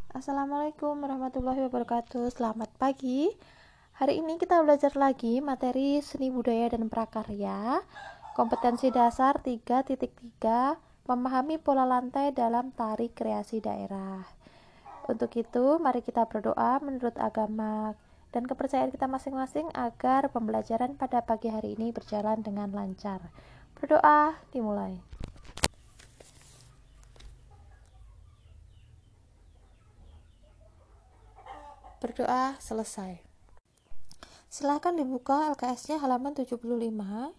Assalamualaikum warahmatullahi wabarakatuh. Selamat pagi. Hari ini kita belajar lagi materi seni budaya dan prakarya. Kompetensi dasar 3.3, memahami pola lantai dalam tari kreasi daerah. Untuk itu, mari kita berdoa menurut agama dan kepercayaan kita masing-masing agar pembelajaran pada pagi hari ini berjalan dengan lancar. Berdoa dimulai. Berdoa selesai. Silakan dibuka LKS-nya halaman 75.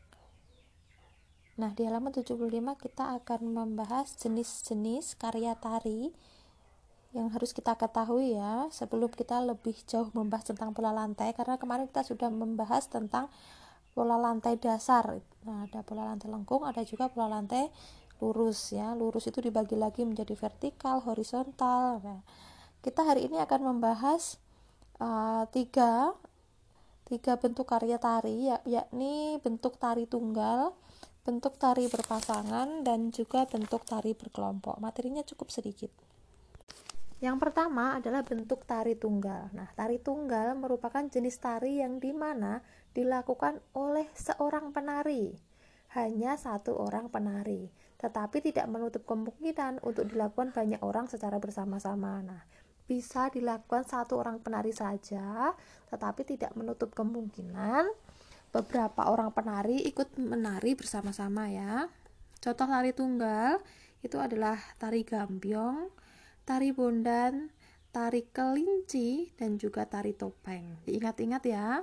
Nah, di halaman 75 kita akan membahas jenis-jenis karya tari yang harus kita ketahui ya, sebelum kita lebih jauh membahas tentang pola lantai, karena kemarin kita sudah membahas tentang pola lantai dasar. Nah, ada pola lantai lengkung, ada juga pola lantai lurus ya. Lurus itu dibagi lagi menjadi vertikal, horizontal. Nah, kita hari ini akan membahas tiga bentuk karya tari, yakni bentuk tari tunggal, bentuk tari berpasangan, dan juga bentuk tari berkelompok. Materinya cukup sedikit. Yang pertama adalah bentuk tari tunggal. Nah, tari tunggal merupakan jenis tari yang dimana dilakukan oleh seorang penari, hanya satu orang penari, tetapi tidak menutup kemungkinan untuk dilakukan banyak orang secara bersama-sama. Nah, bisa dilakukan satu orang penari saja, tetapi tidak menutup kemungkinan beberapa orang penari ikut menari bersama-sama ya. Contoh tari tunggal itu adalah tari gambyong, tari bondan, tari kelinci, dan juga tari topeng. Diingat-ingat ya.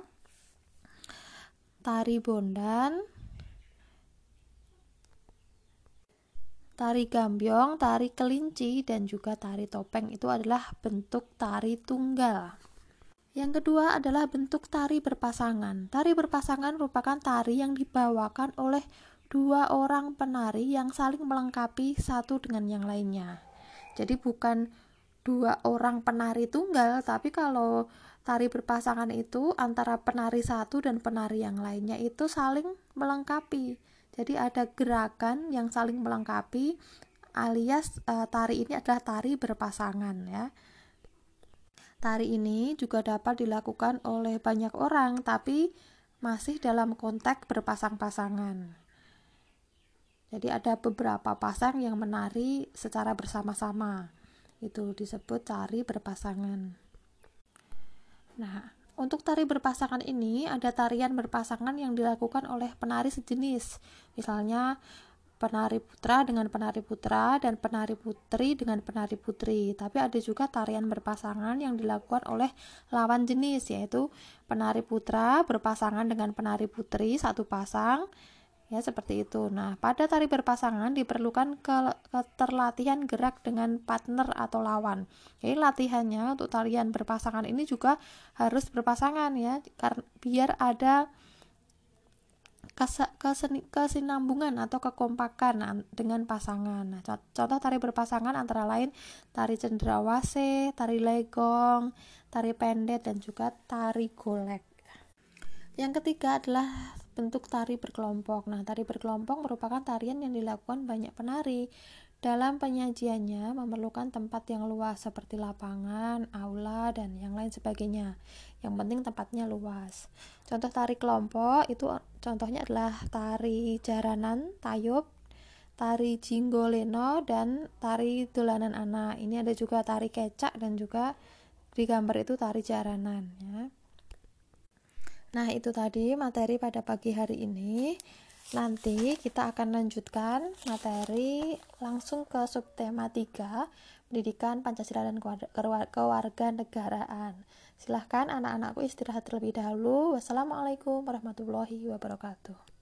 Tari bondan, tari gambyong, tari kelinci, dan juga tari topeng itu adalah bentuk tari tunggal. Yang kedua adalah bentuk tari berpasangan. Tari berpasangan merupakan tari yang dibawakan oleh dua orang penari yang saling melengkapi satu dengan yang lainnya. Jadi bukan dua orang penari tunggal, tapi kalau tari berpasangan itu antara penari satu dan penari yang lainnya itu saling melengkapi. Jadi ada gerakan yang saling melengkapi, alias tari ini adalah tari berpasangan ya. Tari ini juga dapat dilakukan oleh banyak orang, tapi masih dalam konteks berpasang-pasangan. Jadi ada beberapa pasang yang menari secara bersama-sama. Itu disebut tari berpasangan. Nah, untuk tari berpasangan ini ada tarian berpasangan yang dilakukan oleh penari sejenis. Misalnya penari putra dengan penari putra dan penari putri dengan penari putri. Tapi ada juga tarian berpasangan yang dilakukan oleh lawan jenis, yaitu penari putra berpasangan dengan penari putri satu pasang. Ya, seperti itu. Nah, pada tari berpasangan diperlukan keterlatihan gerak dengan partner atau lawan. Jadi latihannya untuk tarian berpasangan ini juga harus berpasangan ya, biar ada kesinambungan atau kekompakan dengan pasangan. Nah, contoh tari berpasangan antara lain tari cendrawasih, tari legong, tari pendet, dan juga tari golek. Yang ketiga adalah bentuk tari berkelompok. Nah, tari berkelompok merupakan tarian yang dilakukan banyak penari. Dalam penyajiannya memerlukan tempat yang luas seperti lapangan, aula, dan yang lain sebagainya. Yang penting tempatnya luas. Contoh tari kelompok itu contohnya adalah tari jaranan, tayub, tari jinggoleno, dan tari dolanan anak. Ini ada juga tari kecak dan juga di gambar itu tari jaranan ya. Nah, itu tadi materi pada pagi hari ini. Nanti kita akan lanjutkan materi langsung ke subtema 3, pendidikan Pancasila dan kewarganegaraan. Silahkan anak-anakku istirahat terlebih dahulu. Wassalamualaikum warahmatullahi wabarakatuh.